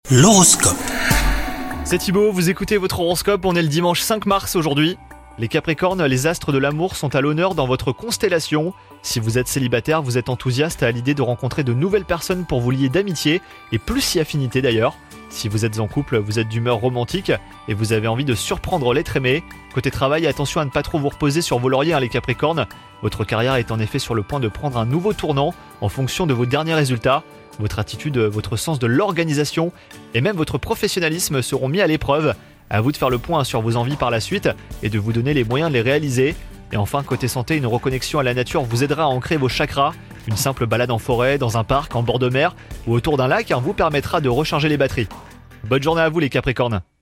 L'horoscope. C'est Thibaut, vous écoutez votre horoscope, on est le dimanche 5 mars aujourd'hui. Les Capricornes, les astres de l'amour sont à l'honneur dans votre constellation. Si vous êtes célibataire, vous êtes enthousiaste à l'idée de rencontrer de nouvelles personnes pour vous lier d'amitié, et plus si affinité d'ailleurs. Si vous êtes en couple, vous êtes d'humeur romantique et vous avez envie de surprendre l'être aimé. Côté travail, attention à ne pas trop vous reposer sur vos lauriers les Capricornes. Votre carrière est en effet sur le point de prendre un nouveau tournant en fonction de vos derniers résultats. Votre attitude, votre sens de l'organisation et même votre professionnalisme seront mis à l'épreuve. À vous de faire le point sur vos envies par la suite et de vous donner les moyens de les réaliser. Et enfin, côté santé, une reconnexion à la nature vous aidera à ancrer vos chakras. Une simple balade en forêt, dans un parc, en bord de mer ou autour d'un lac vous permettra de recharger les batteries. Bonne journée à vous les Capricornes.